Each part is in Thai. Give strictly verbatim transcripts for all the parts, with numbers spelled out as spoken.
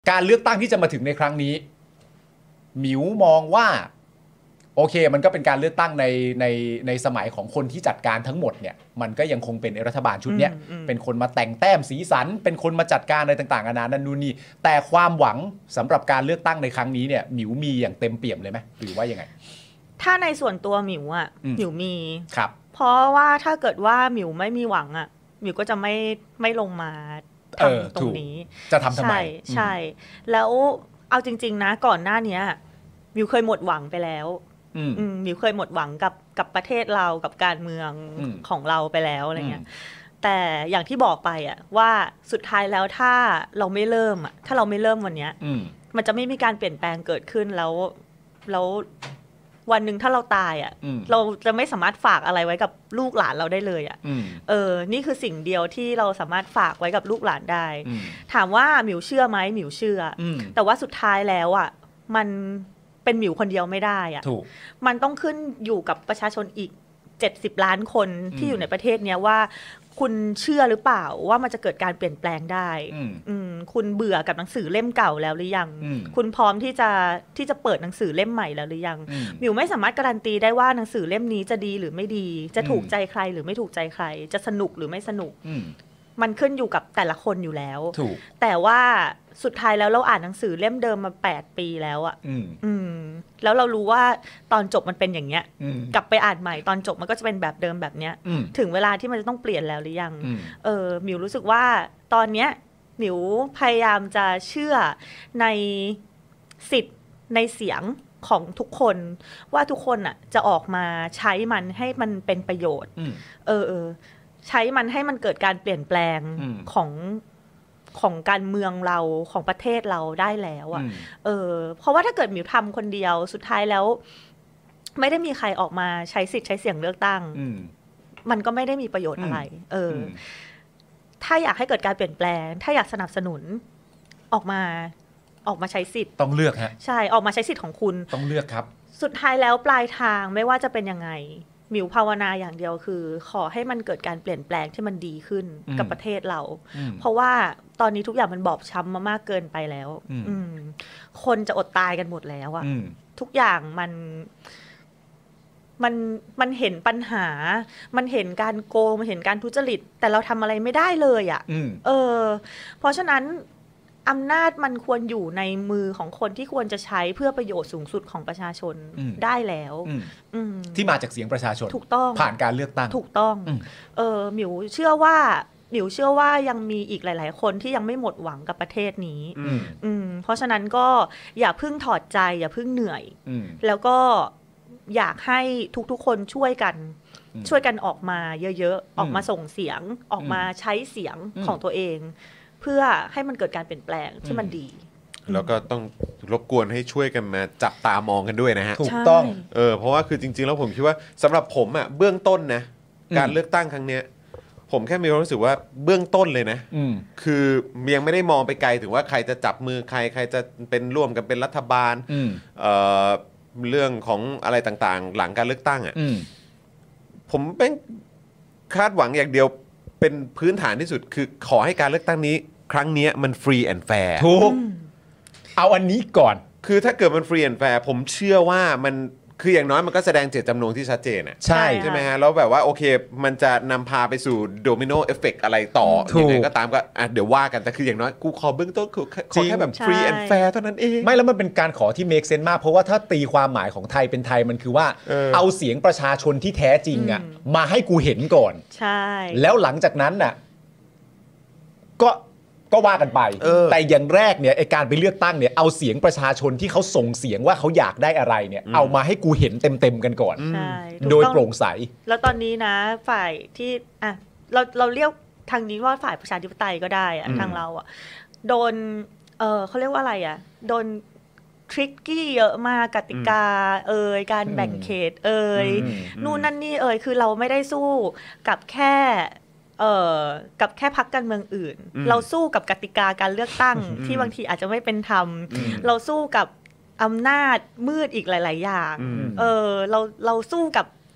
การเลือกตั้งที่จะมาถึงในครั้งนี้หมิวมองว่าโอเคมันก็เป็นการเลือกตั้งในในในสมัยของคนที่จัดการทั้งหมดเนี่ยมันก็ยังคงเป็นรัฐบาลชุดเนี้ยเป็นคนมาแต่งแต้มสีสันเป็นคนมาจัดการอะไรต่างๆนานานั่นนู่นนี่แต่ความหวังสำหรับการเลือกตั้งในครั้งนี้เนี่ยหมิวมีอย่างเต็มเปี่ยมเลยไหมหรือว่ายังไงถ้าในส่วนตัวหมิวอ่ะหมิวมีครับเพราะว่าถ้าเกิดว่าหมิวไม่มีหวังอ่ะหมิวก็จะไม่ไม่ลงมาทำตรงนี้จะทำทำไมใช่ใช่แล้วเอาจริงๆนะก่อนหน้านี้หมิวเคยหมดหวังไปแล้วหมิวเคยหมดหวังกับกับประเทศเรากับการเมืองของเราไปแล้วอะไรเงี้ยแต่อย่างที่บอกไปอ่ะว่าสุดท้ายแล้วถ้าเราไม่เริ่มอ่ะถ้าเราไม่เริ่มวันเนี้ยมันจะไม่มีการเปลี่ยนแปลงเกิดขึ้นแล้วแล้ววันหนึ่งถ้าเราตายอ่ะเราจะไม่สามารถฝากอะไรไว้กับลูกหลานเราได้เลยอ่ะเออนี่คือสิ่งเดียวที่เราสามารถฝากไว้กับลูกหลานได้ถามว่าหมิวเชื่อไหมหมิวเชื่อแต่ว่าสุดท้ายแล้วอ่ะมันเป็นหมิวคนเดียวไม่ได้อ่ะมันต้องขึ้นอยู่กับประชาชนอีกเจ็ดสิบล้านคนที่อยู่ในประเทศเนี้ยว่าคุณเชื่อหรือเปล่าว่ามันจะเกิดการเปลี่ยนแปลงได้คุณเบื่อกับหนังสือเล่มเก่าแล้วหรือยังคุณพร้อมที่จะที่จะเปิดหนังสือเล่มใหม่แล้วหรือยังหมิวไม่สามารถการันตีได้ว่าหนังสือเล่มนี้จะดีหรือไม่ดีจะถูกใจใครหรือไม่ถูกใจใครจะสนุกหรือไม่สนุกมันขึ้นอยู่กับแต่ละคนอยู่แล้วแต่ว่าสุดท้ายแล้วเราอ่านหนังสือเล่มเดิมมาแปดปีแล้วอ่ะอืมแล้วเรารู้ว่าตอนจบมันเป็นอย่างเงี้ยกลับไปอ่านใหม่ตอนจบมันก็จะเป็นแบบเดิมแบบเนี้ยถึงเวลาที่มันจะต้องเปลี่ยนแล้วหรือยังเออหมิวรู้สึกว่าตอนเนี้ยหมิวพยายามจะเชื่อในสิทธิ์ในเสียงของทุกคนว่าทุกคนอ่ะจะออกมาใช้มันให้มันเป็นประโยชน์เออเออใช้มันให้มันเกิดการเปลี่ยนแปลงของของการเมืองเราของประเทศเราได้แล้วอ่ะเออเพราะว่าถ้าเกิดหมิวทำคนเดียวสุดท้ายแล้วไม่ได้มีใครออกมาใช้สิทธิ์ใช้เสียงเลือกตั้งมันก็ไม่ได้มีประโยชน์อะไรเออถ้าอยากให้เกิดการเปลี่ยนแปลงถ้าอยากสนับสนุนออกมาออกมาใช้สิทธิ์ต้องเลือกฮะใช่ออกมาใช้สิทธิ์ของคุณต้องเลือกครับสุดท้ายแล้วปลายทางไม่ว่าจะเป็นยังไงหมิวภาวนาอย่างเดียวคือขอให้มันเกิดการเปลี่ยนแปลงที่มันดีขึ้นกับประเทศเราเพราะว่าตอนนี้ทุกอย่างมันบอบช้ำมามากเกินไปแล้วคนจะอดตายกันหมดแล้วอะทุกอย่างมันมันมันเห็นปัญหามันเห็นการโกงมันเห็นการทุจริตแต่เราทำอะไรไม่ได้เลยอะเออเพราะฉะนั้นอำนาจมันควรอยู่ในมือของคนที่ควรจะใช้เพื่อประโยชน์สูงสุดของประชาชนได้แล้วที่มาจากเสียงประชาชนถูกต้องผ่านการเลือกตั้งถูกต้องเออหมิวเชื่อว่าหมิวเชื่อว่ายังมีอีกหลายๆคนที่ยังไม่หมดหวังกับประเทศนี้เพราะฉะนั้นก็อย่าเพิ่งถอดใจอย่าเพิ่งเหนื่อยแล้วก็อยากให้ทุกๆคนช่วยกันช่วยกันออกมาเยอะๆออกมาส่งเสียงออกมาใช้เสียงของตัวเองเพื่อให้มันเกิดการเปลี่ยนแปลงที่มันดีแล้วก็ต้องรบกวนให้ช่วยกันมาจับตามองกันด้วยนะฮะถูกต้องเออเพราะว่าคือจริงๆแล้วผมคิดว่าสำหรับผมอ่ะเบื้องต้นนะการเลือกตั้งครั้งเนี้ยผมแค่มีความรู้สึกว่าเบื้องต้นเลยนะคือยังไม่ได้มองไปไกลถึงว่าใครจะจับมือใครใครจะเป็นร่วมกันเป็นรัฐบาลเอ่อเรื่องของอะไรต่างๆหลังการเลือกตั้งอ่ะผมเป็นคาดหวังอย่างเดียวเป็นพื้นฐานที่สุดคือขอให้การเลือกตั้งนี้ครั้งนี้มันฟรีแอนด์แฟร์ถูกเอาอันนี้ก่อนคือถ้าเกิดมันฟรีแอนด์แฟร์ผมเชื่อว่ามันคืออย่างน้อยมันก็แสดงเจตจำนงที่ชัดเจนอ่ะใช่ใช่ไหมฮะแล้วแบบว่าโอเคมันจะนำพาไปสู่โดมิโนเอฟเฟกต์อะไรต่อยังไงก็ตามก็อ่ะเดี๋ยวว่ากันแต่คืออย่างน้อยกูขอเบื้องต้นขอแค่แบบฟรีแอนด์แฟร์เท่านั้นเองไม่แล้วมันเป็นการขอที่เมคเซนส์มากเพราะว่าถ้าตีความหมายของไทยเป็นไทยมันคือว่าเอาเสียงประชาชนที่แท้จริงอ่ะมาให้กูเห็นก่อนใช่แล้วหลังจากนั้นน่ะก็ก็ว่ากันไปแต่อย่างแรกเนี่ยไอการไปเลือกตั้งเนี่ยเอาเสียงประชาชนที่เขาส่งเสียงว่าเขาอยากได้อะไรเนี่ยเอามาให้กูเห็นเต็มๆกันก่อนโดยโปร่งใสแล้วตอนนี้นะฝ่ายที่อ่ะเราเราเรียกทางนี้ว่าฝ่ายประชาธิปไตยก็ได้อะทางเราอ่ะโดนเออเขาเรียกว่าอะไรอ่ะโดนทริกกี้เยอะมากกติกาเอ่ยการแบ่งเขตเอ่ยนู่นนั่นนี่เอ่ยคือเราไม่ได้สู้กับแค่เอ่อกับแค่พรรคการเมืองอื่นเราสู้กับกติกาการเลือกตั้งที่บางทีอาจจะไม่เป็นธรรมเราสู้กับอำนาจมืดอีกหลายๆอย่างเออเราเราสู้กับ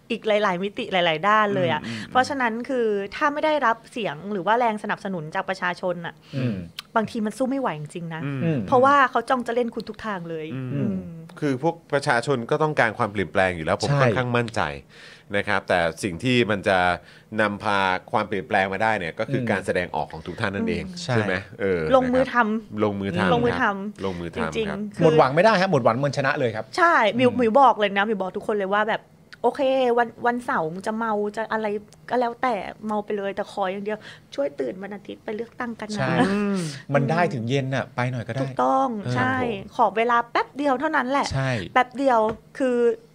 อีกหลายๆมิติหลายๆด้านเลยอ่ะเพราะฉะนั้นคือถ้าไม่ได้รับเสียงหรือว่าแรงสนับสนุนจากประชาชนอ่ะบางทีมันสู้ไม่ไหวจริงๆนะเพราะว่าเขาจ้องจะเล่นคุณทุกทางเลยคือพวกประชาชนก็ต้องการความเปลี่ยนแปลงอยู่แล้วผมค่อนข้างมั่นใจนะครับแต่สิ่งที่มันจะนำพาความเปลี่ยนแปลงมาได้เนี่ยก็คือการแสดงออกของทุกท่านนั่นเองใช่ไหมเออลงมือทำลงมือทำลงมือทำลงมือทำจริงๆหมดหวังไม่ได้ครับหมดหวังมันชนะเลยครับใช่มิวมิวบอกเลยนะมิวบอกทุกคนเลยว่าแบบโอเควันวันเสาร์จะเมาจะอะไรก็แล้วแต่เมาไปเลยแต่ขออย่างเดียวช่วยตื่นวันอาทิตย์ไปเลือกตั้งกันนะมันได้ถึงเย็นน่ะไปหน่อยก็ได้ถูกต้องใช่ขอเวลาแป๊บเดียวเท่านั้นแหละแป๊บเดียวคื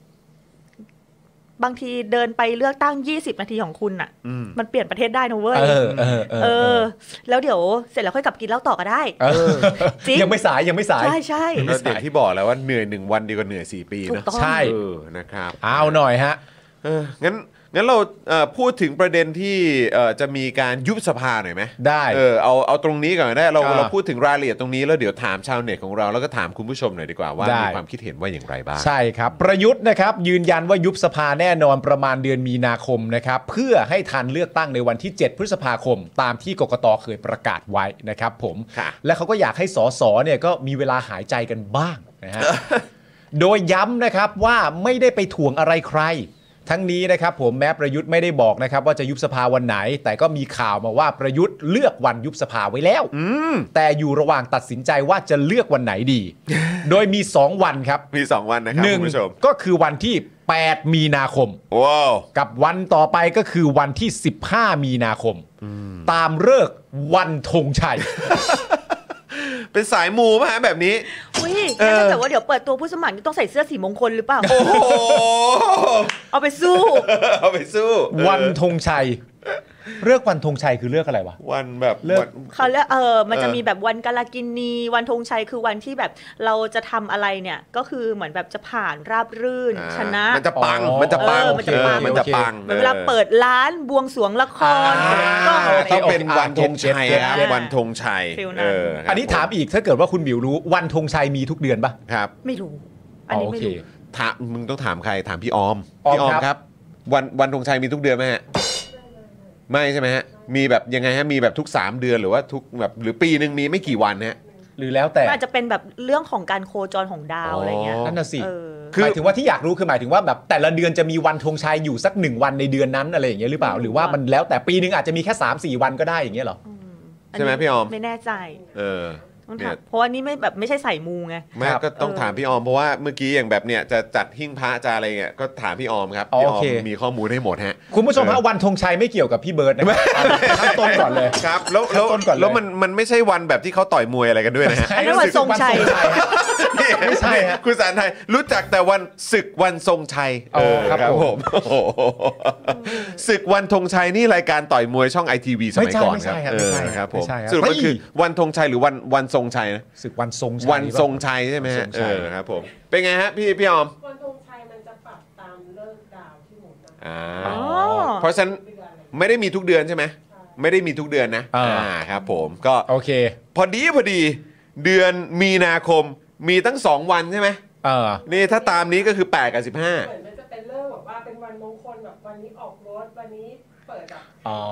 อบางทีเดินไปเลือกตั้งยี่สิบนาทีของคุณน่ะมันเปลี่ยนประเทศได้นะเว้ยเออเออเออแล้วเดี๋ยวเสร็จแล้วค่อยกลับกินเหล้าต่อก็ได้จริงยังไม่สายยังไม่สายใช่ใช่แล้วอย่างที่บอกแล้วว่าเหนื่อยหนึ่งวันดีกว่าเหนื่อยสี่ปีนะใช่นะครับเอาหน่อยฮะเอองั้นงั้นเราพูดถึงประเด็นที่จะมีการยุบสภาหน่อยไหมได้เออเอาเอาตรงนี้ก่อนได้เราเราพูดถึงรายละเอียดตรงนี้แล้วเดี๋ยวถามชาวเน็ตของเราแล้วก็ถามคุณผู้ชมหน่อยดีกว่าว่ามีความคิดเห็นว่าอย่างไรบ้างใช่ครับประยุทธ์นะครับยืนยันว่ายุบสภาแน่นอนประมาณเดือนมีนาคมนะครับเพื่อให้ทันเลือกตั้งในวันที่เจ็ดพฤษภาคมตามที่กกต.เคยประกาศไว้นะครับผมและเขาก็อยากให้สสเนี่ยก็มีเวลาหายใจกันบ้างนะฮะ โดยย้ำนะครับว่าไม่ได้ไปถ่วงอะไรใครทั้งนี้นะครับผมแม้ประยุทธ์ไม่ได้บอกนะครับว่าจะยุบสภาวันไหนแต่ก็มีข่าวมาว่าประยุทธ์เลือกวันยุบสภาไว้แล้วแต่อยู่ระหว่างตัดสินใจว่าจะเลือกวันไหนดี โดยมีสองวันครับมีสองวันนะครับคุณผู้ชมก็คือวันที่แปดมีนาคมว้าวกับวันต่อไปก็คือวันที่สิบห้ามีนาคมตามฤกษ์วันธงชัยเป็นสายมูป่ะฮะแบบนี้อุ้ยงั้นแต่ว่าเดี๋ยวเปิดตัวผู้สมัครต้องใส่เสื้อสีมงคลหรือเปล่าโอ้โหเอาไปสู้เอาไปสู้วันธงชัยเลือกวันธงชัยคือเลือกอะไรวะวันแบบเลือกเขาเรียกเออมันจะมีแบบวันกาลกินีวันธงชัยคือวันที่แบบเราจะทำอะไรเนี่ยก็คือเหมือนแบบจะผ่านราบรื่นชนะมันจะปังมันจะปังมันจะปังมันจะปังเวลาเปิดร้านบวงสรวงละครก็ต้องเป็นวันธงชัยครับวันธงชัยอันนี้ถามอีกถ้าเกิดว่าคุณบิวรู้วันธงชัยมีทุกเดือนป่ะครับไม่รู้อันนี้ไม่รู้ถามมึงต้องถามใครถามพี่ออมพี่ออมครับวันวันธงชัยมีทุกเดือนไหมฮะไม่ใช่ไหมฮะมีแบบยังไงฮะมีแบบทุกสามเดือนหรือว่าทุกแบบหรือปีนึงมีไม่กี่วันฮะหรือแล้วแต่อาจจะเป็นแบบเรื่องของการโคจรของดาวอะไรเงี้ยนั่นน่ะสิหมายถึงว่าที่อยากรู้คือหมายถึงว่าแบบแต่ละเดือนจะมีวันธงชัยอยู่สักหนึ่งวันในเดือนนั้นอะไรอย่างเงี้ยหรือเปล่าหรือว่ามันแล้วแต่ปีนึงอาจจะมีแค่ สามสี่ วันก็ได้อย่างเงี้ยหรอใช่ไหมพี่ออมไม่แน่ใจเออเพราะว่านี่ไม่แบบไม่ใช่ใส่มูไงไม่ก็ต้องถามพี่ออมเพราะว่าเมื่อกี้อย่างแบบเนี่ยจะจัดหิ้งพระจะอะไรเงี้ยก็ถามพี่ออมครับพี่ออมมีข้อมูลให้หมดฮะคุณผู้ชมฮะวันธงชัยไม่เกี่ยวกับพี่เบิร์ดนะครับขั้นต้นก่อนเลยครับแล้วแล้วแล้วมันมันไม่ใช่วันแบบที่เขาต่อยมวยอะไรกันด้วยนะฮะอันนั้นวันทรงชัยไม่ใช่ฮะคุณสารไทยรู้จักแต่วันศึกวันทรงชัยเออครับผมศึกวันธงชัยนี่รายการต่อยมวยช่อง ไอ ที วี สมัยก่อนครับเออครับผมสรุปมันคือวันธงชัยหรือวันวันทรงชัยนะศึกวันทรงชัยวันทรงชัยใช่ไหมฮะเออครับผมเป็นไงฮะพี่พี่ออมวันธงชัยมันจะปรับตามเลิกดาวที่หมุนอ่าเพราะฉะนั้นไม่ได้มีทุกเดือนใช่ไหมไม่ได้มีทุกเดือนนะอ่าครับผมก็โอเคพอดีพอดีเดือนมีนาคมมีตั้งสองวันใช่ไหมเออนี่ถ้าตามนี้ก็คือแปดกับสิบห้าเหมือนมันจะเป็นเลิกแบบว่าเป็นวันมงคลแบบวันนี้ออกรถวันนี้เปิดแบบอ๋อ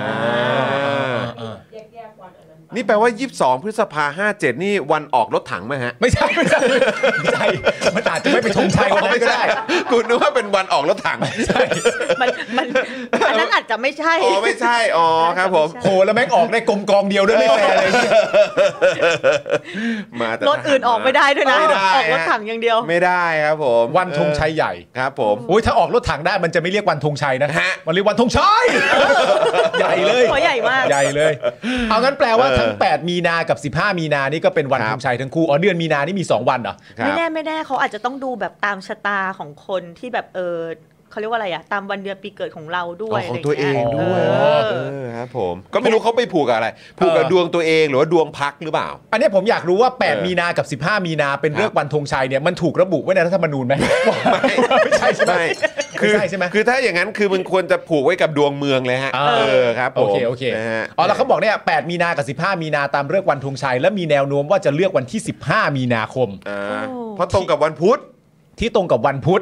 แยกๆวันอันนั้นนี่แปลว่ายี่สิบสองพฤษภาห้าเจ็ดนี่วันออกรถถังไหมฮะไม่ใช่ไม่ใช่ไม่ใช่มันอาจจะไม่ไปธงชัยวันนั้นก็ได้คุณนึกว่าเป็นวันออกรถถังใช่มันมันอันนั้นอาจจะไม่ใช่อ๋อไม่ใช่อ๋อครับผมโหแล้วแม่งออกได้กลมกองเดียวด้วยไม่แฟร์เลยมาแต่รถอื่นออกไม่ได้ด้วยนะออกรถถังอย่างเดียวไม่ได้ครับผมวันธงชัยใหญ่ครับผมโอ้ยถ้าออกรถถังได้มันจะไม่เรียกวันธงชัยนะมันเรียกวันธงชัยใหญ่เลยใหญ่มากใหญ่เลยเอางั้นแปลว่าทั้งแปดมีนากับสิบห้ามีนานี่ก็เป็นวันธงชัยทั้งคู่อ๋อเดือนมีนานี่มีสองวันเหรอไม่แน่ไม่แน่เขาอาจจะต้องดูแบบตามชะตาของคนที่แบบเออเขาเรียกว่าอะไรอะตามวันเดือนปีเกิดของเราด้วยของตัวเองด้วยเออครับผมก็ไม่รู้เขาไปผูกกับอะไรผูกกับดวงตัวเองหรือว่าดวงพรรคหรือเปล่าอันนี้ผมอยากรู้ว่าแปดมีนากับสิบห้ามีนาเป็นเรื่องวันธงชัยเนี่ยมันถูกระบุไว้ในรัฐธรรมนูญไหมไม่ใช่ใช่ไหมคือใช่ไหมคือถ้าอย่างนั้นคือมันควรจะผูกไว้กับดวงเมืองเลยฮะเออครับผมโอเคโอเคอ๋อแล้วเขาบอกเนี่ยแปดมีนากับสิบห้ามีนาตามเรื่องวันธงชัยและมีแนวโน้มว่าจะเลือกวันที่สิบห้ามีนาคมเพราะตรงกับวันพุธที่ตรงกับวันพุธ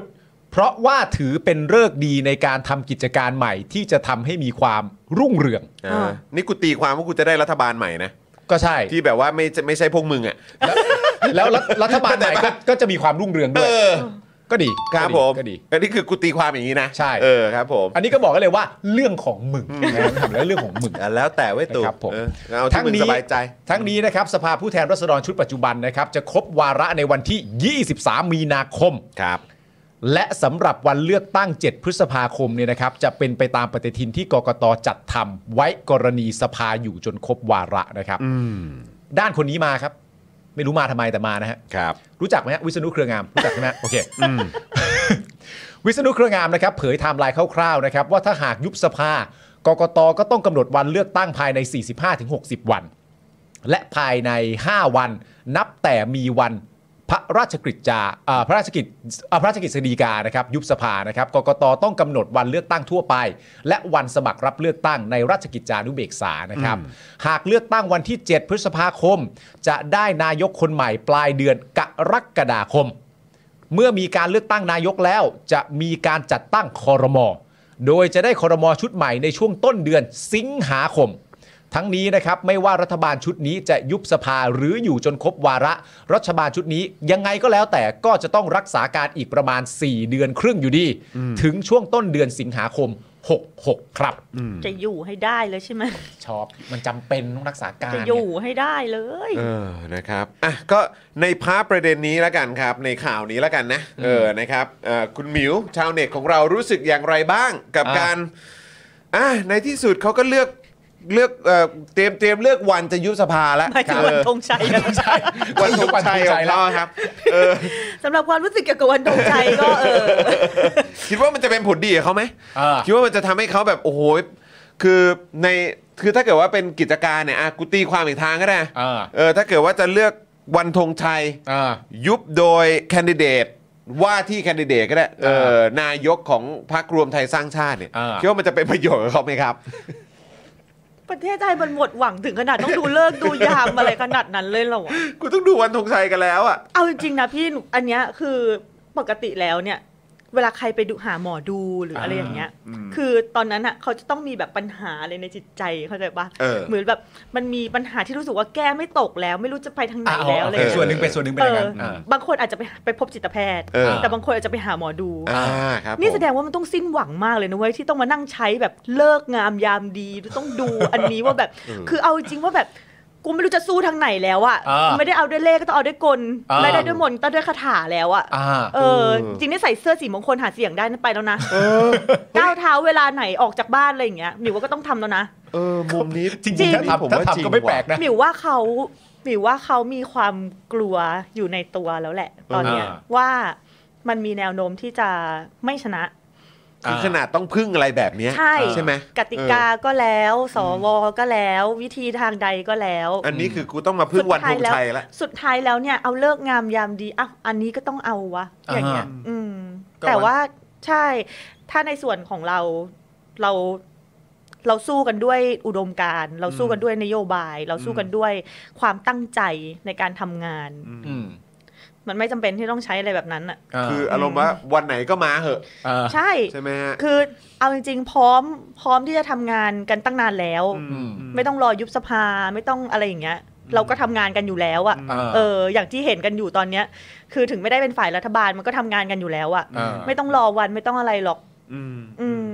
เพราะว่าถือเป็นฤกษ์ดีในการทำกิจการใหม่ที่จะทำให้มีความรุ่งเรืองอ่านี่กูตีความว่ากูจะได้รัฐบาลใหม่นะก็ใช่ที่แบบว่าไม่ไม่ใช่พวกมึงอ่ะแล้วแล้วรัฐบาลใหม่ก็ก็จะมีความรุ่งเรืองด้วยก็ดีครับผมก็ดีอันนี้คือกูตีความอย่างนี้นะใช่เออครับผมอันนี้ก็บอกกันเลยว่าเรื่องของมึงนะทำแล้วเรื่องของมึงอ่ะแล้วแต่ไว้ตู่นะครับผมเออเอาที่มึงสบายใจทั้งนี้นะครับสภาผู้แทนราษฎรชุดปัจจุบันนะครับจะครบวาระในวันที่ ยี่สิบสาม มีนาคมครับและสำหรับวันเลือกตั้ง เจ็ด พฤษภาคมเนี่ยนะครับจะเป็นไปตามปฏิทินที่กกต.จัดทำไว้กรณีสภาอยู่จนครบวาระนะครับด้านคนนี้มาครับไม่รู้มาทำไมแต่มานะฮะครับรู้จักไหมฮะวิษณุเครืองามรู้จักใช่ไหมโอเควิษณุเครืองามนะครับเผยไทม์ไลน์คร่าวๆนะครับว่าถ้าหากยุบสภากกต.ก็ต้องกำหนดวันเลือกตั้งภายใน สี่สิบห้าถึงหกสิบ วันและภายใน ห้า วันนับแต่มีวันพระราชกฤษฎาพระราชกิจพระราชกฤษฎีกานะครับยุบสภานะครับกกต.ต้องกำหนดวันเลือกตั้งทั่วไปและวันสมัครรับเลือกตั้งในราชกิจจานุเบกษานะครับหากเลือกตั้งวันที่ เจ็ด พฤษภาคมจะได้นายกคนใหม่ปลายเดือนกรกฎาคมเมื่อมีการเลือกตั้งนายกแล้วจะมีการจัดตั้งครม.โดยจะได้ครม.ชุดใหม่ในช่วงต้นเดือนสิงหาคมทั้งนี้นะครับไม่ว่ารัฐบาลชุดนี้จะยุบสภาหรืออยู่จนครบวาระรัฐบาลชุดนี้ยังไงก็แล้วแต่ก็จะต้องรักษาการอีกประมาณสี่เดือนครึ่งอยู่ดีถึงช่วงต้นเดือนสิงหาคมหกหกครับจะอยู่ให้ได้เลยใช่ไหมชอบมันจำเป็นต้องรักษาการจะอยู่ให้ได้เลยเออนะครับอ่ะก็ในพาร์ทประเด็นนี้แล้วกันครับในข่าวนี้แล้วกันนะเออนะครับเอ่อคุณหมิวชาวเน็ตของเรารู้สึกอย่างไรบ้างกับการอ่ะในที่สุดเขาก็เลือกเลือกเอ่อเตรียมเตรียมเลือกวันจะยุบสภาแล้วไม่ใช่วันธงชัยนะใช่วันธงชัยของเราครับเออสำหรับความรู้สึกเกี่ยวกับวันธงชัยก็เออคิดว่ามันจะเป็นผลดีกับเขาไหมคิดว่ามันจะทำให้เขาแบบโอ้โหคือในคือถ้าเกิดว่าเป็นกิจการเนี่ยอ่ะกูตีความอีกทางก็ได้เออถ้าเกิดว่าจะเลือกวันธงชัยยุบโดยแคนดิเดตว่าที่แคนดิเดตก็ได้เออนายกของพรรครวมไทยสร้างชาติเนี่ยคิดว่ามันจะเป็นประโยชน์กับเขาไหมครับประเทศไทยมันหมดหวังถึงขนาดต้องดูเลิกดูยามอะไรขนาดนั้นเลยเหรอกูต้องดูวันธงชัยกันแล้วอ่ะเอาจริงๆนะพี่อันเนี้ยคือปกติแล้วเนี่ยเวลาใครไปดูหาหมอดูหรืออะไรอย่างเงี้ยคือตอนนั้นอ่ะเขาจะต้องมีแบบปัญหาอะไรในจิตใจเข้าใจปะเหมือนแบบมันมีปัญหาที่รู้สึกว่าแก้ไม่ตกแล้วไม่รู้จะไปทางไหนแล้วอะไรส่วนหนึ่งเป็นส่วนหนึ่งเป็นอย่างนั้นบางคนอาจจะไปไปพบจิตแพทย์แต่บางคนอาจจะไปหาหมอดูนี่แสดงว่ามันต้องสิ้นหวังมากเลยนะเว้ยที่ต้องมานั่งใช้แบบเลิกงามยามดีต้องดูอันนี้ว่าแบบคือเอาจริงว่าแบบกูไม่รู้จะสู้ทางไหนแล้วอะไม่ได้เอาด้วยเลขก็ต้องเอาด้วยกลไม่ได้ด้วยมนต์ต้องด้วยคาถาแล้วอะเออจริงๆนี่ใส่เสื้อสีมงคลหาเสียงได้นั่นไปแล้วนะก้าวเท้าเวลาไหนออกจากบ้านอะไรอย่างเงี้ยหมิวก็ต้องทำแล้วนะเออมุมนี้จริงๆถ้าทำถ้าทำก็ไม่แปลกนะหมิวว่าเขาหมิวว่าเขามีความกลัวอยู่ในตัวแล้วแหละตอนเนี้ยว่ามันมีแนวโน้มที่จะไม่ชนะคือขนาดต้องพึ่งอะไรแบบนี้ใช่ใช่ไหมกติกาก็แล้วสวก็แล้ววิธีทางใดก็แล้วอันนี้คือกูต้องมาพึ่งวันธงชัยแล้วสุดท้ายแล้วเนี่ยเอาเลิกงามยามดีอ่ะอันนี้ก็ต้องเอาวะอย่างเงี้ยอืมแต่ว่าใช่ถ้าในส่วนของเราเราเราสู้กันด้วยอุดมการณ์เราสู้กันด้วยนโยบายเราสู้กันด้วยความตั้งใจในการทำงานมันไม่จำเป็นที่ต้องใช้อะไรแบบนั้นอ่ะคืออารมณ์ว่าวันไหนก็มาเหอะใช่ใช่ไหมฮะคือเอาจริงๆพร้อมพร้อมที่จะทำงานกันตั้งนานแล้วไม่ต้องรอยุบสภาไม่ต้องอะไรอย่างเงี้ยเราก็ทำงานกันอยู่แล้วอ่ะเอออย่างที่เห็นกันอยู่ตอนเนี้ยคือถึงไม่ได้เป็นฝ่ายรัฐบาลมันก็ทำงานกันอยู่แล้วอ่ะไม่ต้องรอวันไม่ต้องอะไรหรอกอืม